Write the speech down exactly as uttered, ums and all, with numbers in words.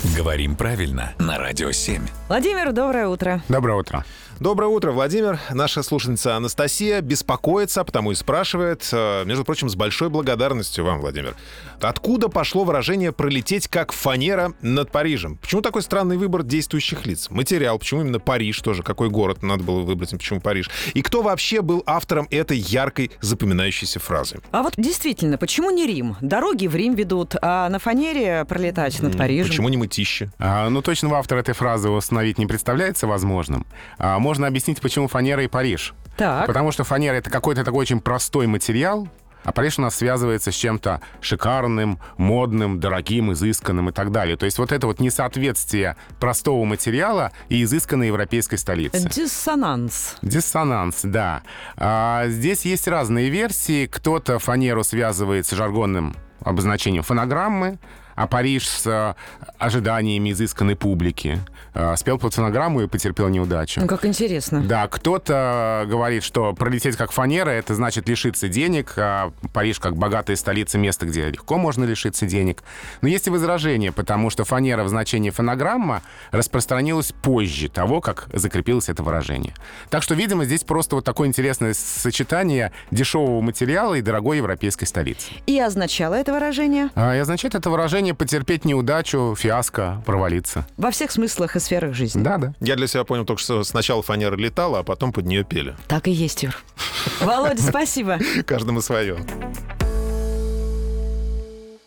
Говорим правильно на Радио семь. Владимир, доброе утро. Доброе утро. Доброе утро, Владимир. Наша слушательница Анастасия беспокоится, потому и спрашивает, между прочим, с большой благодарностью вам, Владимир. Откуда пошло выражение «пролететь как фанера над Парижем»? Почему такой странный выбор действующих лиц? Материал, почему именно Париж тоже? Какой город надо было выбрать, почему Париж? И кто вообще был автором этой яркой запоминающейся фразы? А вот действительно, почему не Рим? Дороги в Рим ведут, а на фанере пролетать над Парижем? Почему не Мытищи? А, ну, точного автора этой фразы установить не представляется возможным. А, можно объяснить, почему фанера и Париж. Так. Потому что фанера — это какой-то такой очень простой материал, а Париж у нас связывается с чем-то шикарным, модным, дорогим, изысканным и так далее. То есть вот это вот несоответствие простого материала и изысканной европейской столицы. Диссонанс. Диссонанс, да. А, здесь есть разные версии. Кто-то фанеру связывает с жаргонным обозначением фонограммы, а Париж с ожиданиями изысканной публики. Спел под фонограмму и потерпел неудачу. Ну, как интересно. Да, кто-то говорит, что пролететь как фанера — это значит лишиться денег, а Париж как богатая столица — место, где легко можно лишиться денег. Но есть и возражение, потому что фанера в значении фонограмма распространилась позже того, как закрепилось это выражение. Так что, видимо, здесь просто вот такое интересное сочетание дешевого материала и дорогой европейской столицы. И означало это выражение? А, и означает это выражение потерпеть неудачу, фиаско, провалиться. Во всех смыслах и сферах жизни. Да, да. Я для себя понял только, что сначала фанера летала, а потом под нее пели. Так и есть, Юр. Володя, спасибо. Каждому свое.